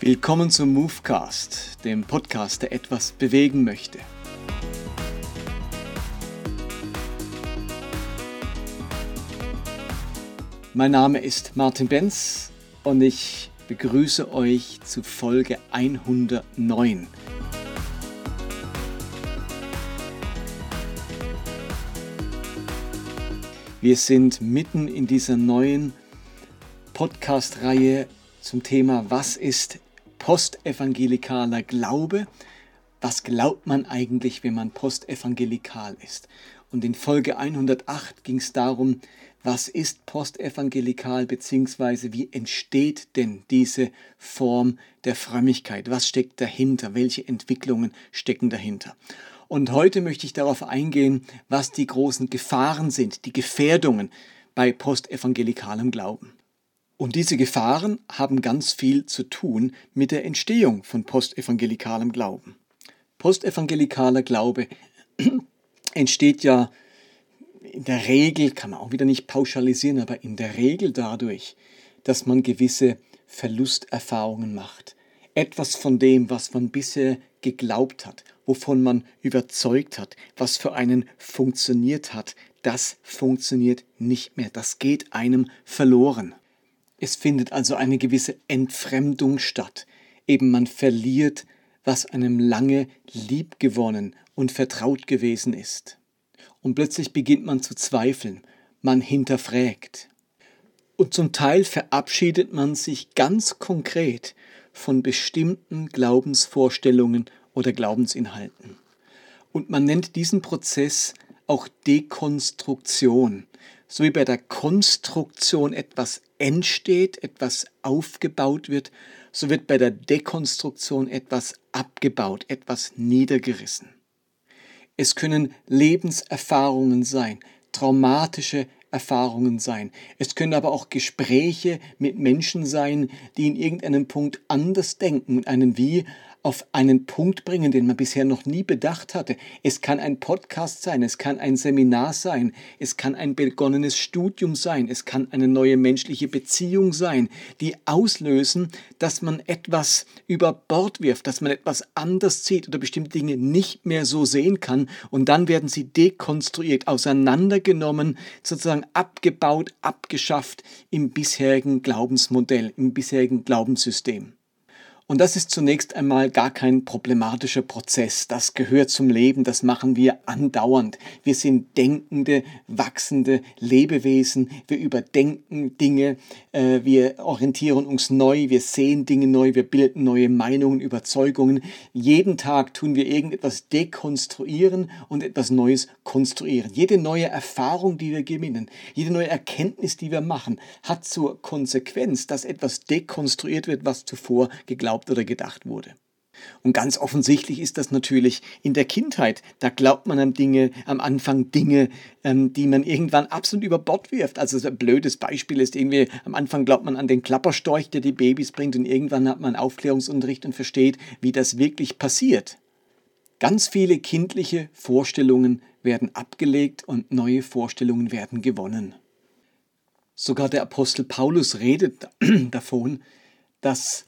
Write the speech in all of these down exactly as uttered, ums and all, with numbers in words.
Willkommen zum Movecast, dem Podcast, der etwas bewegen möchte. Mein Name ist Martin Benz und ich begrüße euch zu Folge hundertneun. Wir sind mitten in dieser neuen Podcast-Reihe zum Thema, was ist postevangelikaler Glaube? Was glaubt man eigentlich, wenn man postevangelikal ist? Und in Folge hundertacht ging es darum, was ist postevangelikal bzw. wie entsteht denn diese Form der Frömmigkeit? Was steckt dahinter? Welche Entwicklungen stecken dahinter? Und heute möchte ich darauf eingehen, was die großen Gefahren sind, die Gefährdungen bei postevangelikalem Glauben. Und diese Gefahren haben ganz viel zu tun mit der Entstehung von postevangelikalem Glauben. Postevangelikaler Glaube entsteht ja in der Regel, kann man auch wieder nicht pauschalisieren, aber in der Regel dadurch, dass man gewisse Verlusterfahrungen macht. Etwas von dem, was man bisher geglaubt hat, wovon man überzeugt hat, was für einen funktioniert hat, das funktioniert nicht mehr. Das geht einem verloren. Es findet also eine gewisse Entfremdung statt. Eben man verliert, was einem lange liebgewonnen und vertraut gewesen ist. Und plötzlich beginnt man zu zweifeln, man hinterfragt. Und zum Teil verabschiedet man sich ganz konkret von bestimmten Glaubensvorstellungen oder Glaubensinhalten. Und man nennt diesen Prozess auch Dekonstruktion. So wie bei der Konstruktion etwas entsteht, etwas aufgebaut wird, so wird bei der Dekonstruktion etwas abgebaut, etwas niedergerissen. Es können Lebenserfahrungen sein, traumatische Erfahrungen sein. Es können aber auch Gespräche mit Menschen sein, die in irgendeinem Punkt anders denken und einen wie auf einen Punkt bringen, den man bisher noch nie bedacht hatte. Es kann ein Podcast sein, es kann ein Seminar sein, es kann ein begonnenes Studium sein, es kann eine neue menschliche Beziehung sein, die auslösen, dass man etwas über Bord wirft, dass man etwas anders sieht oder bestimmte Dinge nicht mehr so sehen kann und dann werden sie dekonstruiert, auseinandergenommen, sozusagen abgebaut, abgeschafft im bisherigen Glaubensmodell, im bisherigen Glaubenssystem. Und das ist zunächst einmal gar kein problematischer Prozess. Das gehört zum Leben, das machen wir andauernd. Wir sind denkende, wachsende Lebewesen. Wir überdenken Dinge, äh, wir orientieren uns neu, wir sehen Dinge neu, wir bilden neue Meinungen, Überzeugungen. Jeden Tag tun wir irgendetwas dekonstruieren und etwas Neues konstruieren. Jede neue Erfahrung, die wir gewinnen, jede neue Erkenntnis, die wir machen, hat zur Konsequenz, dass etwas dekonstruiert wird, was zuvor geglaubt oder gedacht wurde. Und ganz offensichtlich ist das natürlich in der Kindheit. Da glaubt man an Dinge, am Anfang Dinge, ähm, die man irgendwann absolut über Bord wirft. Also ein blödes Beispiel ist irgendwie, am Anfang glaubt man an den Klapperstorch, der die Babys bringt und irgendwann hat man Aufklärungsunterricht und versteht, wie das wirklich passiert. Ganz viele kindliche Vorstellungen werden abgelegt und neue Vorstellungen werden gewonnen. Sogar der Apostel Paulus redet davon, dass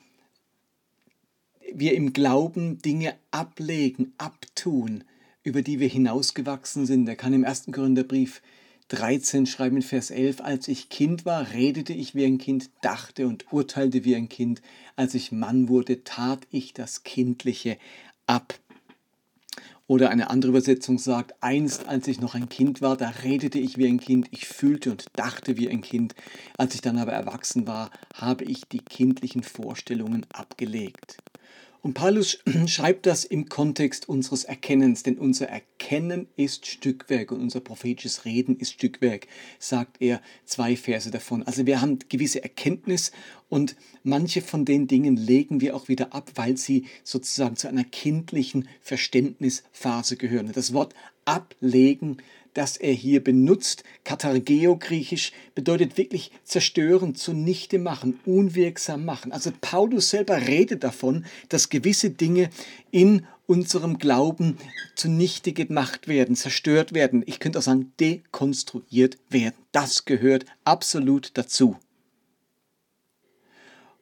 wir im Glauben Dinge ablegen, abtun, über die wir hinausgewachsen sind. Er kann im ersten Korintherbrief dreizehn schreiben in Vers elf, als ich Kind war, redete ich wie ein Kind, dachte und urteilte wie ein Kind. Als ich Mann wurde, tat ich das Kindliche ab. Oder eine andere Übersetzung sagt, einst, als ich noch ein Kind war, da redete ich wie ein Kind, ich fühlte und dachte wie ein Kind. Als ich dann aber erwachsen war, habe ich die kindlichen Vorstellungen abgelegt. Und Paulus schreibt das im Kontext unseres Erkennens, denn unser Erkennen ist Stückwerk und unser prophetisches Reden ist Stückwerk, sagt er zwei Verse davon. Also wir haben gewisse Erkenntnis und manche von den Dingen legen wir auch wieder ab, weil sie sozusagen zu einer kindlichen Verständnisphase gehören. Das Wort ablegen, das er hier benutzt, Kathargeo griechisch, bedeutet wirklich zerstören, zunichte machen, unwirksam machen. Also Paulus selber redet davon, dass gewisse Dinge in unserem Glauben zunichte gemacht werden, zerstört werden. Ich könnte auch sagen, dekonstruiert werden. Das gehört absolut dazu.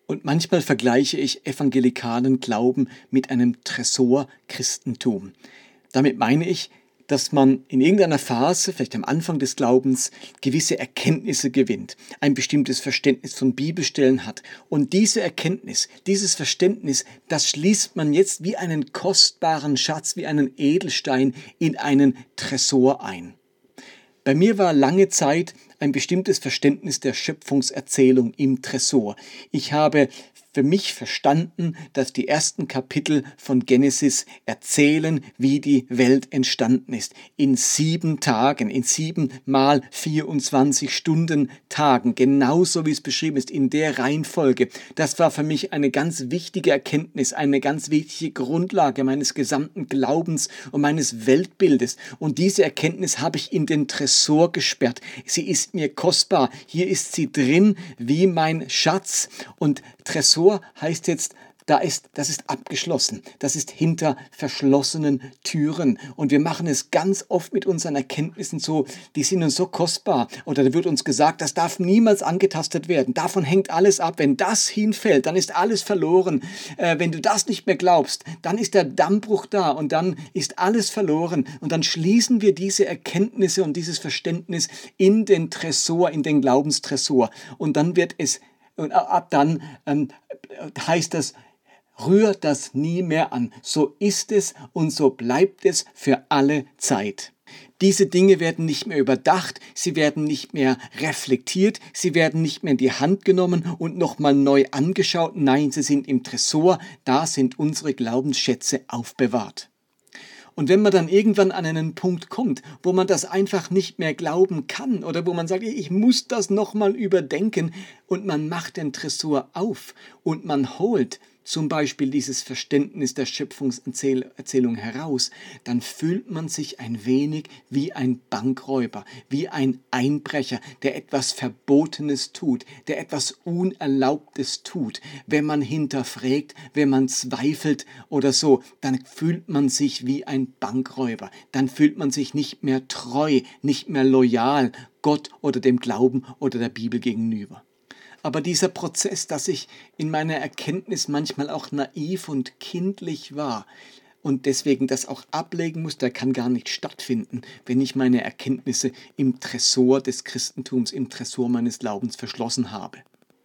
Und manchmal vergleiche ich evangelikalen Glauben mit einem Tresor-Christentum. Damit meine ich, dass man in irgendeiner Phase, vielleicht am Anfang des Glaubens, gewisse Erkenntnisse gewinnt, ein bestimmtes Verständnis von Bibelstellen hat. Und diese Erkenntnis, dieses Verständnis, das schließt man jetzt wie einen kostbaren Schatz, wie einen Edelstein in einen Tresor ein. Bei mir war lange Zeit ein bestimmtes Verständnis der Schöpfungserzählung im Tresor. Ich habe für mich verstanden, dass die ersten Kapitel von Genesis erzählen, wie die Welt entstanden ist. In sieben Tagen, in sieben mal vierundzwanzig Stunden Tagen, genauso wie es beschrieben ist, in der Reihenfolge. Das war für mich eine ganz wichtige Erkenntnis, eine ganz wichtige Grundlage meines gesamten Glaubens und meines Weltbildes. Und diese Erkenntnis habe ich in den Tresor gesperrt. Sie ist mir kostbar. Hier ist sie drin wie mein Schatz. Und Tresor heißt jetzt, da ist, das ist abgeschlossen. Das ist hinter verschlossenen Türen. Und wir machen es ganz oft mit unseren Erkenntnissen so, die sind uns so kostbar. Oder da wird uns gesagt, das darf niemals angetastet werden. Davon hängt alles ab. Wenn das hinfällt, dann ist alles verloren. Äh, wenn du das nicht mehr glaubst, dann ist der Dammbruch da und dann ist alles verloren. Und dann schließen wir diese Erkenntnisse und dieses Verständnis in den Tresor, in den Glaubenstresor. Und dann wird es Und ab dann ähm, heißt das, rühr das nie mehr an. So ist es und so bleibt es für alle Zeit. Diese Dinge werden nicht mehr überdacht, sie werden nicht mehr reflektiert, sie werden nicht mehr in die Hand genommen und nochmal neu angeschaut. Nein, sie sind im Tresor, da sind unsere Glaubensschätze aufbewahrt. Und wenn man dann irgendwann an einen Punkt kommt, wo man das einfach nicht mehr glauben kann oder wo man sagt, ich muss das nochmal überdenken und man macht den Tresor auf und man holt zum Beispiel dieses Verständnis der Schöpfungserzählung heraus, dann fühlt man sich ein wenig wie ein Bankräuber, wie ein Einbrecher, der etwas Verbotenes tut, der etwas Unerlaubtes tut. Wenn man hinterfragt, wenn man zweifelt oder so, dann fühlt man sich wie ein Bankräuber. Dann fühlt man sich nicht mehr treu, nicht mehr loyal Gott oder dem Glauben oder der Bibel gegenüber. Aber dieser Prozess, dass ich in meiner Erkenntnis manchmal auch naiv und kindlich war und deswegen das auch ablegen muss, der kann gar nicht stattfinden, wenn ich meine Erkenntnisse im Tresor des Christentums, im Tresor meines Glaubens verschlossen habe.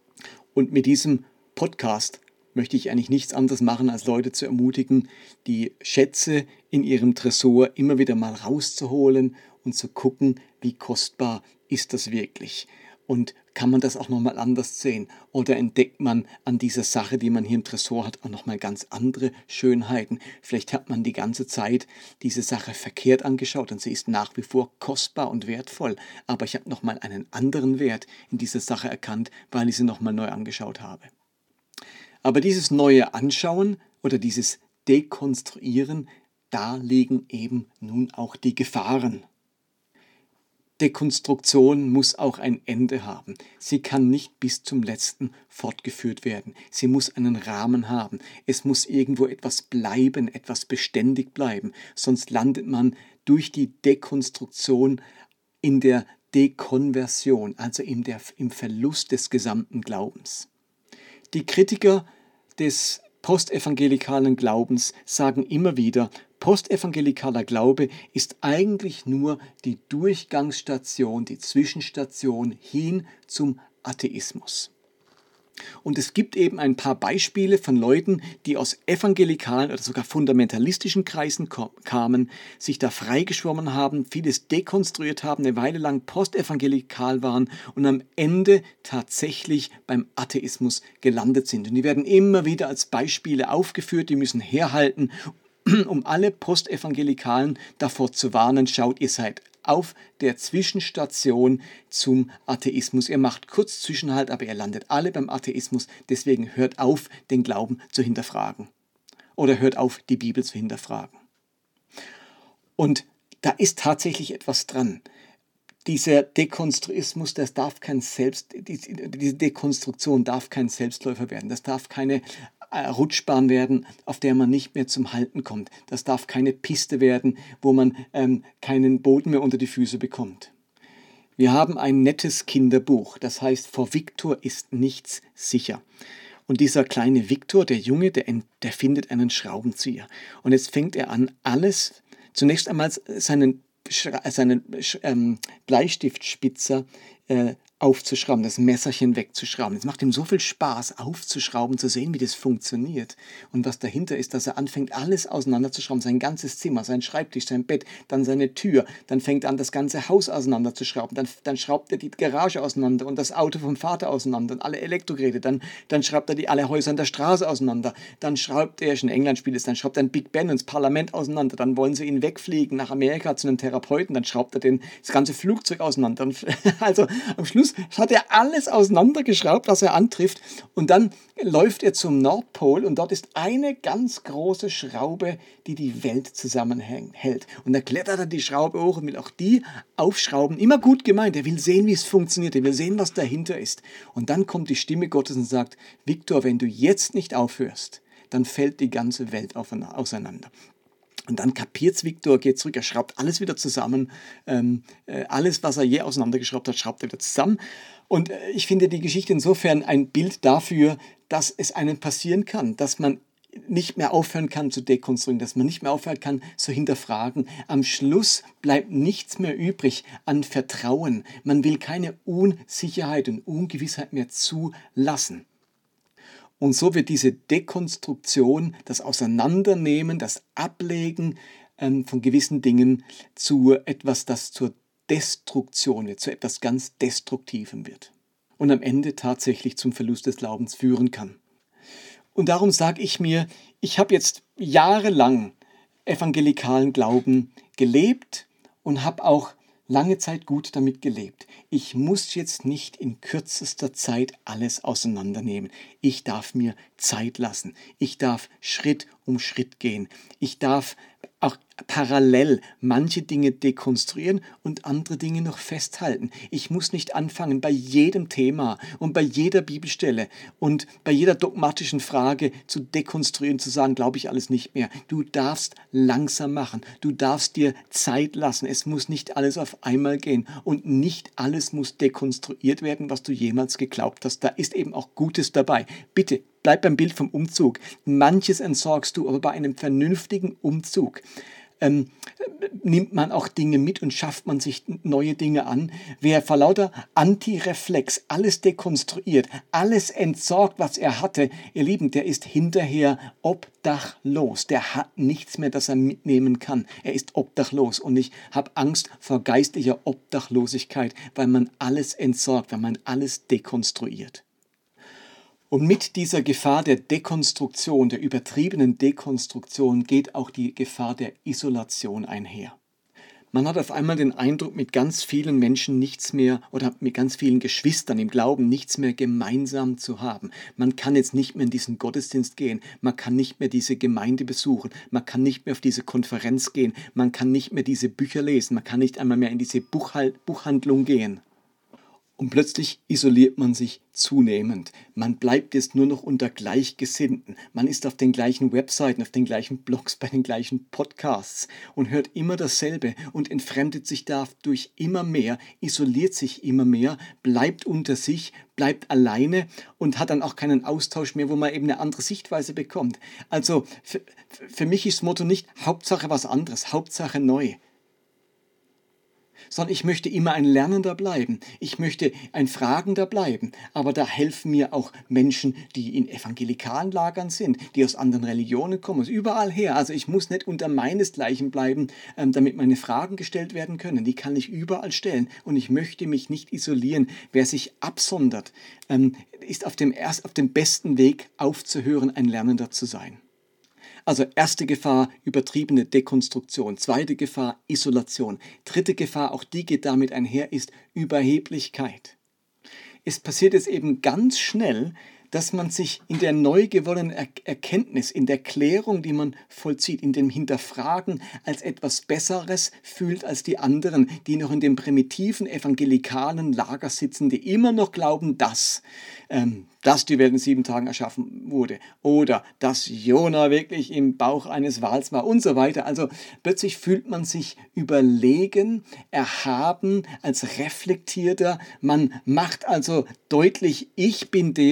Und mit diesem Podcast möchte ich eigentlich nichts anderes machen, als Leute zu ermutigen, die Schätze in ihrem Tresor immer wieder mal rauszuholen und zu gucken, wie kostbar ist das wirklich. Und kann man das auch nochmal anders sehen? Oder entdeckt man an dieser Sache, die man hier im Tresor hat, auch nochmal ganz andere Schönheiten? Vielleicht hat man die ganze Zeit diese Sache verkehrt angeschaut und sie ist nach wie vor kostbar und wertvoll. Aber ich habe nochmal einen anderen Wert in dieser Sache erkannt, weil ich sie nochmal neu angeschaut habe. Aber dieses neue Anschauen oder dieses Dekonstruieren, da liegen eben nun auch die Gefahren. Dekonstruktion muss auch ein Ende haben. Sie kann nicht bis zum Letzten fortgeführt werden. Sie muss einen Rahmen haben. Es muss irgendwo etwas bleiben, etwas beständig bleiben. Sonst landet man durch die Dekonstruktion in der Dekonversion, also in der, im Verlust des gesamten Glaubens. Die Kritiker des postevangelikalen Glaubens sagen immer wieder, postevangelikaler Glaube ist eigentlich nur die Durchgangsstation, die Zwischenstation hin zum Atheismus. Und es gibt eben ein paar Beispiele von Leuten, die aus evangelikalen oder sogar fundamentalistischen Kreisen kamen, sich da freigeschwommen haben, vieles dekonstruiert haben, eine Weile lang postevangelikal waren und am Ende tatsächlich beim Atheismus gelandet sind. Und die werden immer wieder als Beispiele aufgeführt, die müssen herhalten, um alle Postevangelikalen davor zu warnen, schaut, ihr seid auf der Zwischenstation zum Atheismus. Ihr macht kurz Zwischenhalt, aber ihr landet alle beim Atheismus. Deswegen hört auf, den Glauben zu hinterfragen. Oder hört auf, die Bibel zu hinterfragen. Und da ist tatsächlich etwas dran. Dieser Dekonstruismus, das darf kein Selbst, diese Dekonstruktion darf kein Selbstläufer werden. Das darf keine Rutschbahn werden, auf der man nicht mehr zum Halten kommt. Das darf keine Piste werden, wo man ähm, keinen Boden mehr unter die Füße bekommt. Wir haben ein nettes Kinderbuch, das heißt, vor Viktor ist nichts sicher. Und dieser kleine Viktor, der Junge, der, der findet einen Schraubenzieher. Und jetzt fängt er an, alles, zunächst einmal seinen, seinen ähm, Bleistiftspitzer äh, aufzuschrauben, das Messerchen wegzuschrauben. Es macht ihm so viel Spaß, aufzuschrauben, zu sehen, wie das funktioniert. Und was dahinter ist, dass er anfängt, alles auseinanderzuschrauben, sein ganzes Zimmer, sein Schreibtisch, sein Bett, dann seine Tür, dann fängt er an, das ganze Haus auseinanderzuschrauben, dann, dann schraubt er die Garage auseinander und das Auto vom Vater auseinander und alle Elektrogeräte, dann, dann schraubt er die, alle Häuser an der Straße auseinander, dann schraubt er, schon in England spielt es, dann schraubt er ein Big Ben und das Parlament auseinander, dann wollen sie ihn wegfliegen nach Amerika zu einem Therapeuten, dann schraubt er den, das ganze Flugzeug auseinander. Und, also am Schluss hat er alles auseinandergeschraubt, was er antrifft. Und dann läuft er zum Nordpol und dort ist eine ganz große Schraube, die die Welt zusammenhält. Und da klettert er die Schraube hoch und will auch die aufschrauben. Immer gut gemeint, er will sehen, wie es funktioniert, er will sehen, was dahinter ist. Und dann kommt die Stimme Gottes und sagt, Viktor, wenn du jetzt nicht aufhörst, dann fällt die ganze Welt auseinander. Und dann kapiert's Viktor, geht zurück, er schraubt alles wieder zusammen. Ähm, äh, alles, was er je auseinandergeschraubt hat, schraubt er wieder zusammen. Und äh, ich finde die Geschichte insofern ein Bild dafür, dass es einem passieren kann, dass man nicht mehr aufhören kann zu dekonstruieren, dass man nicht mehr aufhören kann zu hinterfragen. Am Schluss bleibt nichts mehr übrig an Vertrauen. Man will keine Unsicherheit und Ungewissheit mehr zulassen. Und so wird diese Dekonstruktion, das Auseinandernehmen, das Ablegen ähm, von gewissen Dingen zu etwas, das zur Destruktion wird, zu etwas ganz Destruktivem wird. Und am Ende tatsächlich zum Verlust des Glaubens führen kann. Und darum sage ich mir, ich habe jetzt jahrelang evangelikalen Glauben gelebt und habe auch lange Zeit gut damit gelebt. Ich muss jetzt nicht in kürzester Zeit alles auseinandernehmen. Ich darf mir Zeit lassen. Ich darf Schritt um Schritt gehen. Ich darf auch parallel manche Dinge dekonstruieren und andere Dinge noch festhalten. Ich muss nicht anfangen, bei jedem Thema und bei jeder Bibelstelle und bei jeder dogmatischen Frage zu dekonstruieren, zu sagen, glaube ich alles nicht mehr. Du darfst langsam machen. Du darfst dir Zeit lassen. Es muss nicht alles auf einmal gehen und nicht alles muss dekonstruiert werden, was du jemals geglaubt hast. Da ist eben auch Gutes dabei. Bitte, bleib beim Bild vom Umzug. Manches entsorgst du, aber bei einem vernünftigen Umzug ähm, nimmt man auch Dinge mit und schafft man sich neue Dinge an. Wer vor lauter Antireflex alles dekonstruiert, alles entsorgt, was er hatte, ihr Lieben, der ist hinterher obdachlos. Der hat nichts mehr, das er mitnehmen kann. Er ist obdachlos und ich habe Angst vor geistlicher Obdachlosigkeit, weil man alles entsorgt, weil man alles dekonstruiert. Und mit dieser Gefahr der Dekonstruktion, der übertriebenen Dekonstruktion, geht auch die Gefahr der Isolation einher. Man hat auf einmal den Eindruck, mit ganz vielen Menschen nichts mehr oder mit ganz vielen Geschwistern im Glauben nichts mehr gemeinsam zu haben. Man kann jetzt nicht mehr in diesen Gottesdienst gehen, man kann nicht mehr diese Gemeinde besuchen, man kann nicht mehr auf diese Konferenz gehen, man kann nicht mehr diese Bücher lesen, man kann nicht einmal mehr in diese Buchhal- Buchhandlung gehen. Und plötzlich isoliert man sich zunehmend. Man bleibt jetzt nur noch unter Gleichgesinnten. Man ist auf den gleichen Webseiten, auf den gleichen Blogs, bei den gleichen Podcasts und hört immer dasselbe und entfremdet sich dadurch immer mehr, isoliert sich immer mehr, bleibt unter sich, bleibt alleine und hat dann auch keinen Austausch mehr, wo man eben eine andere Sichtweise bekommt. Also für, für mich ist das Motto nicht Hauptsache was anderes, Hauptsache neu. Sondern ich möchte immer ein Lernender bleiben. Ich möchte ein Fragender bleiben. Aber da helfen mir auch Menschen, die in evangelikalen Lagern sind, die aus anderen Religionen kommen, aus überall her. Also ich muss nicht unter meinesgleichen bleiben, damit meine Fragen gestellt werden können. Die kann ich überall stellen. Und ich möchte mich nicht isolieren. Wer sich absondert, ist auf dem, erst, auf dem besten Weg aufzuhören, ein Lernender zu sein. Also erste Gefahr, übertriebene Dekonstruktion. Zweite Gefahr, Isolation. Dritte Gefahr, auch die geht damit einher, ist Überheblichkeit. Es passiert jetzt eben ganz schnell, dass man sich in der neu gewonnenen er- Erkenntnis, in der Klärung, die man vollzieht, in dem Hinterfragen als etwas Besseres fühlt als die anderen, die noch in dem primitiven evangelikalen Lager sitzen, die immer noch glauben, dass, ähm, dass die Welt in sieben Tagen erschaffen wurde oder dass Jona wirklich im Bauch eines Wals war und so weiter. Also plötzlich fühlt man sich überlegen, erhaben, als reflektierter. Man macht also deutlich, ich bin der, der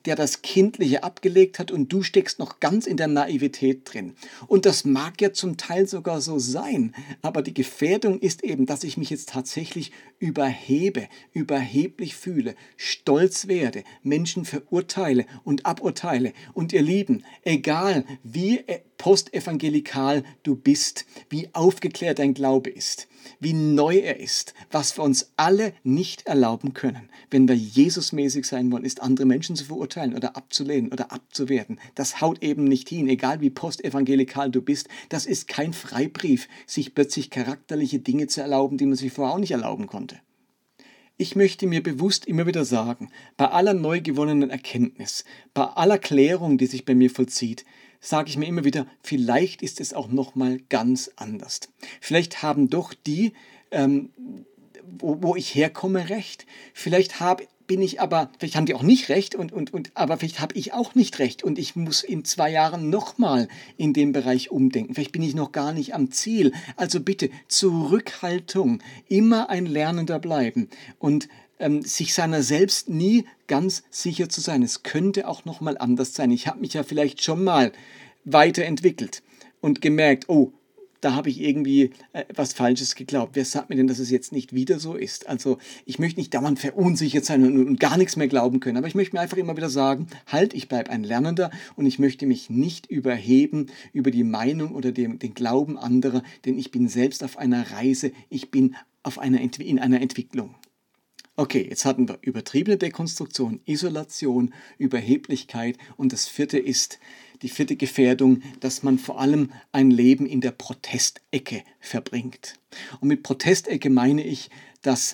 der das Kindliche abgelegt hat und du steckst noch ganz in der Naivität drin. Und das mag ja zum Teil sogar so sein, aber die Gefährdung ist eben, dass ich mich jetzt tatsächlich überhebe, überheblich fühle, stolz werde, Menschen verurteile und aburteile. Und ihr Lieben, egal wie postevangelikal du bist, wie aufgeklärt dein Glaube ist, wie neu er ist, was wir uns alle nicht erlauben können, wenn wir Jesusmäßig sein wollen, ist, andere Menschen zu verurteilen oder abzulehnen oder abzuwerten. Das haut eben nicht hin, egal wie postevangelikal du bist. Das ist kein Freibrief, sich plötzlich charakterliche Dinge zu erlauben, die man sich vorher auch nicht erlauben konnte. Ich möchte mir bewusst immer wieder sagen, bei aller neu gewonnenen Erkenntnis, bei aller Klärung, die sich bei mir vollzieht, sage ich mir immer wieder, vielleicht ist es auch nochmal ganz anders. Vielleicht haben doch die, ähm, wo, wo ich herkomme, recht. Vielleicht habe bin ich aber, vielleicht haben die auch nicht recht, und, und, und, aber vielleicht habe ich auch nicht recht und ich muss in zwei Jahren nochmal in dem Bereich umdenken. Vielleicht bin ich noch gar nicht am Ziel. Also bitte Zurückhaltung, immer ein Lernender bleiben und ähm, sich seiner selbst nie ganz sicher zu sein. Es könnte auch nochmal anders sein. Ich habe mich ja vielleicht schon mal weiterentwickelt und gemerkt, oh, da habe ich irgendwie äh, was Falsches geglaubt. Wer sagt mir denn, dass es jetzt nicht wieder so ist? Also ich möchte nicht dauernd verunsichert sein und, und gar nichts mehr glauben können, aber ich möchte mir einfach immer wieder sagen, halt, ich bleibe ein Lernender und ich möchte mich nicht überheben über die Meinung oder den, den Glauben anderer, denn ich bin selbst auf einer Reise, ich bin auf einer Ent- in einer Entwicklung. Okay, jetzt hatten wir übertriebene Dekonstruktion, Isolation, Überheblichkeit und das vierte ist die vierte Gefährdung, dass man vor allem ein Leben in der Protestecke verbringt. Und mit Protestecke meine ich, dass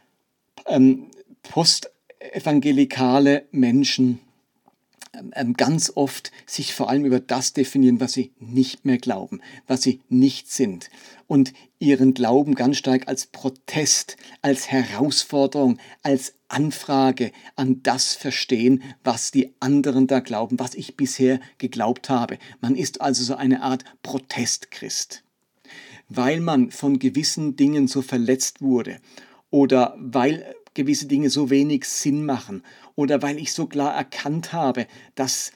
ähm, postevangelikale Menschen ähm, ganz oft sich vor allem über das definieren, was sie nicht mehr glauben, was sie nicht sind. Und ihren Glauben ganz stark als Protest, als Herausforderung, als Anfrage an das verstehen, was die anderen da glauben, was ich bisher geglaubt habe. Man ist also so eine Art Protestchrist. Weil man von gewissen Dingen so verletzt wurde oder weil gewisse Dinge so wenig Sinn machen oder weil ich so klar erkannt habe, dass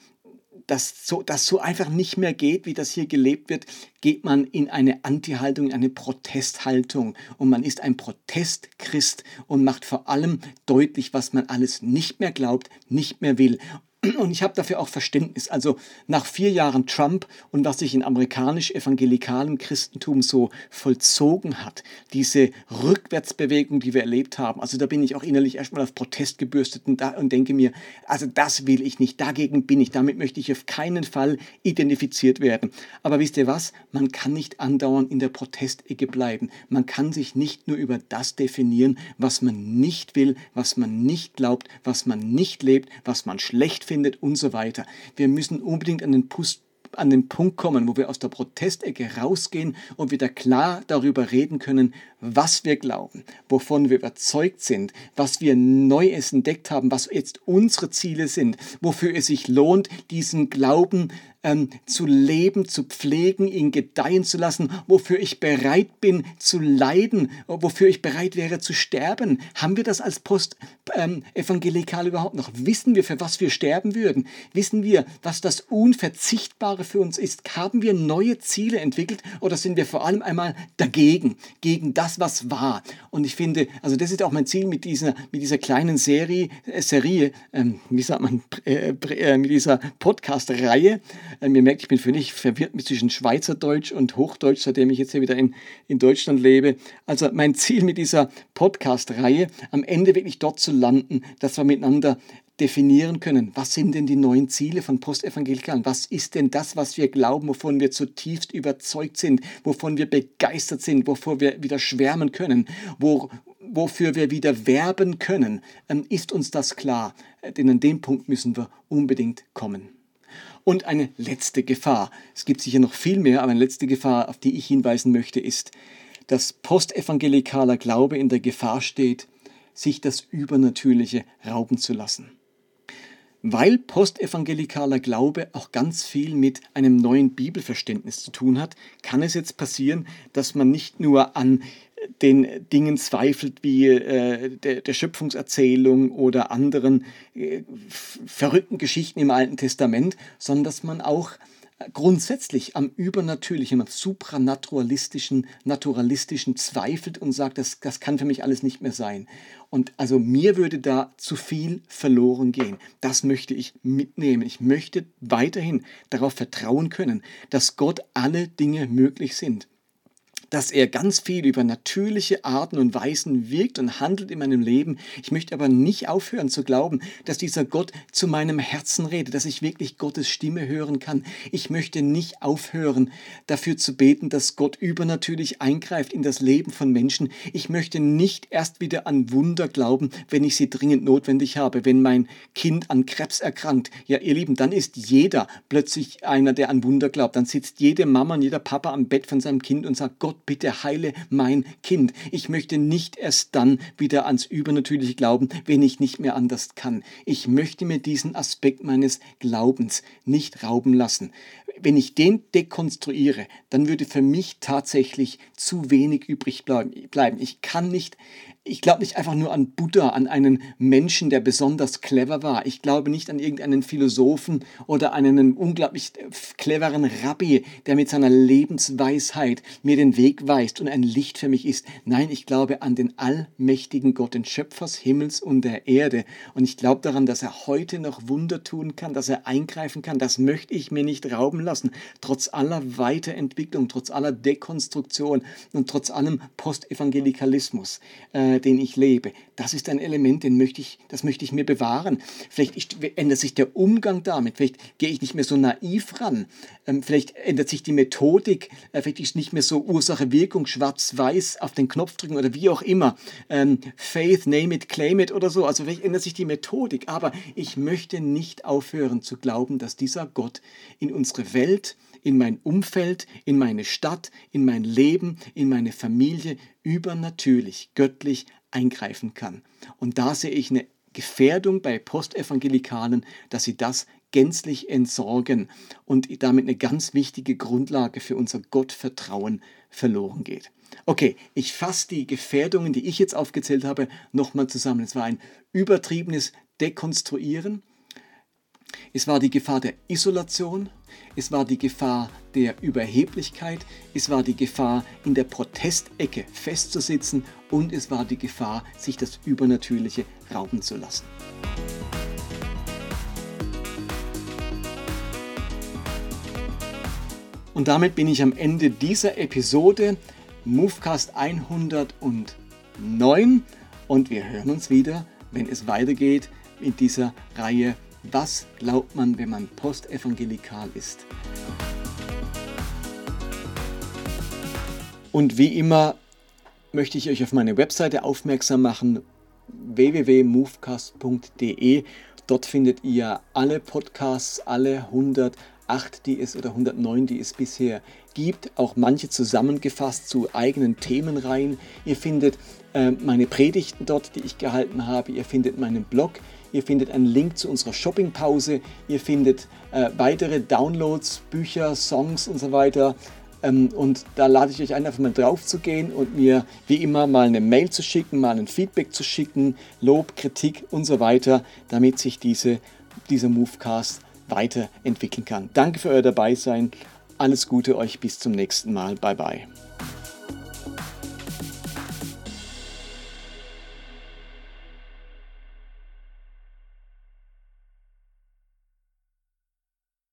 das so, das so einfach nicht mehr geht, wie das hier gelebt wird, geht man in eine Anti-Haltung, in eine Protesthaltung. Und man ist ein Protestchrist und macht vor allem deutlich, was man alles nicht mehr glaubt, nicht mehr will. Und ich habe dafür auch Verständnis. Also nach vier Jahren Trump und was sich in amerikanisch-evangelikalem Christentum so vollzogen hat, diese Rückwärtsbewegung, die wir erlebt haben, also da bin ich auch innerlich erstmal auf Protest gebürstet und, da, und denke mir, also das will ich nicht, dagegen bin ich, damit möchte ich auf keinen Fall identifiziert werden. Aber wisst ihr was? Man kann nicht andauernd in der Protestecke bleiben. Man kann sich nicht nur über das definieren, was man nicht will, was man nicht glaubt, was man nicht lebt, was man schlecht findet und so weiter. Wir müssen unbedingt an den Pust an den Punkt kommen, wo wir aus der Protestecke rausgehen und wieder klar darüber reden können, was wir glauben, wovon wir überzeugt sind, was wir Neues entdeckt haben, was jetzt unsere Ziele sind, wofür es sich lohnt, diesen Glauben ähm, zu leben, zu pflegen, ihn gedeihen zu lassen, wofür ich bereit bin zu leiden, wofür ich bereit wäre zu sterben. Haben wir das als Postevangelikal ähm, überhaupt noch? Wissen wir, für was wir sterben würden? Wissen wir, was das Unverzichtbare für uns ist? Haben wir neue Ziele entwickelt oder sind wir vor allem einmal dagegen, gegen das, was war? Und ich finde, also das ist auch mein Ziel mit dieser, mit dieser kleinen Serie, äh, Serie ähm, wie sagt man, äh, äh, mit dieser Podcast-Reihe. Ähm, ihr merkt, ich bin völlig verwirrt zwischen Schweizerdeutsch und Hochdeutsch, seitdem ich jetzt hier wieder in, in Deutschland lebe. Also mein Ziel mit dieser Podcast-Reihe, am Ende wirklich dort zu landen, dass wir miteinander definieren können, was sind denn die neuen Ziele von Postevangelikalen? Was ist denn das, was wir glauben, wovon wir zutiefst überzeugt sind, wovon wir begeistert sind, wovor wir wieder schwärmen können, wo, wofür wir wieder werben können? Ähm, ist uns das klar? Denn an dem Punkt müssen wir unbedingt kommen. Und eine letzte Gefahr, es gibt sicher noch viel mehr, aber eine letzte Gefahr, auf die ich hinweisen möchte, ist, dass postevangelikaler Glaube in der Gefahr steht, sich das Übernatürliche rauben zu lassen. Weil postevangelikaler Glaube auch ganz viel mit einem neuen Bibelverständnis zu tun hat, kann es jetzt passieren, dass man nicht nur an den Dingen zweifelt wie äh, der, der Schöpfungserzählung oder anderen äh, verrückten Geschichten im Alten Testament, sondern dass man auch grundsätzlich am Übernatürlichen, am supranaturalistischen, naturalistischen zweifelt und sagt, das, das kann für mich alles nicht mehr sein. Und also mir würde da zu viel verloren gehen. Das möchte ich mitnehmen. Ich möchte weiterhin darauf vertrauen können, dass Gott alle Dinge möglich sind. Dass er ganz viel über natürliche Arten und Weisen wirkt und handelt in meinem Leben. Ich möchte aber nicht aufhören zu glauben, dass dieser Gott zu meinem Herzen redet, dass ich wirklich Gottes Stimme hören kann. Ich möchte nicht aufhören, dafür zu beten, dass Gott übernatürlich eingreift in das Leben von Menschen. Ich möchte nicht erst wieder an Wunder glauben, wenn ich sie dringend notwendig habe, wenn mein Kind an Krebs erkrankt. Ja, ihr Lieben, dann ist jeder plötzlich einer, der an Wunder glaubt. Dann sitzt jede Mama und jeder Papa am Bett von seinem Kind und sagt, Gott, bitte heile mein Kind. Ich möchte nicht erst dann wieder ans Übernatürliche glauben, wenn ich nicht mehr anders kann. Ich möchte mir diesen Aspekt meines Glaubens nicht rauben lassen. Wenn ich den dekonstruiere, dann würde für mich tatsächlich zu wenig übrig bleiben. Ich kann nicht, ich glaube nicht einfach nur an Buddha, an einen Menschen, der besonders clever war. Ich glaube nicht an irgendeinen Philosophen oder an einen unglaublich cleveren Rabbi, der mit seiner Lebensweisheit mir den Weg weist und ein Licht für mich ist. Nein, ich glaube an den allmächtigen Gott, den Schöpfer des Himmels und der Erde. Und ich glaube daran, dass er heute noch Wunder tun kann, dass er eingreifen kann. Das möchte ich mir nicht rauben lassen. Trotz aller Weiterentwicklung, trotz aller Dekonstruktion und trotz allem Postevangelikalismus, äh, den ich lebe. Das ist ein Element, den möchte ich, das möchte ich mir bewahren. Vielleicht ändert sich der Umgang damit. Vielleicht gehe ich nicht mehr so naiv ran. Ähm, vielleicht ändert sich die Methodik. Äh, vielleicht ist nicht mehr so Ursache-Wirkung, schwarz-weiß auf den Knopf drücken oder wie auch immer. Ähm, Faith, name it, claim it oder so. Also vielleicht ändert sich die Methodik. Aber ich möchte nicht aufhören zu glauben, dass dieser Gott in unsere Welt, in mein Umfeld, in meine Stadt, in mein Leben, in meine Familie übernatürlich, göttlich eingreifen kann. Und da sehe ich eine Gefährdung bei Postevangelikalen, dass sie das gänzlich entsorgen und damit eine ganz wichtige Grundlage für unser Gottvertrauen verloren geht. Okay, ich fasse die Gefährdungen, die ich jetzt aufgezählt habe, nochmal zusammen. Es war ein übertriebenes Dekonstruieren. Es war die Gefahr der Isolation, es war die Gefahr der Überheblichkeit, es war die Gefahr, in der Protestecke festzusitzen und es war die Gefahr, sich das Übernatürliche rauben zu lassen. Und damit bin ich am Ende dieser Episode Movecast hundertneun und wir hören uns wieder, wenn es weitergeht in dieser Reihe Was glaubt man, wenn man postevangelikal ist? Und wie immer möchte ich euch auf meine Webseite aufmerksam machen, w w w punkt movecast punkt d e. Dort findet ihr alle Podcasts, alle hundertacht, die es oder hundertneun, die es bisher gibt, auch manche zusammengefasst zu eigenen Themenreihen. Ihr findet äh, meine Predigten dort, die ich gehalten habe. Ihr findet meinen Blog. Ihr findet einen Link zu unserer Shoppingpause. Ihr findet äh, weitere Downloads, Bücher, Songs und so weiter. Ähm, und da lade ich euch ein, einfach mal drauf zu gehen und mir wie immer mal eine Mail zu schicken, mal ein Feedback zu schicken, Lob, Kritik und so weiter, damit sich diese, dieser Movecast weiterentwickeln kann. Danke für euer Dabeisein. Alles Gute euch bis zum nächsten Mal. Bye bye.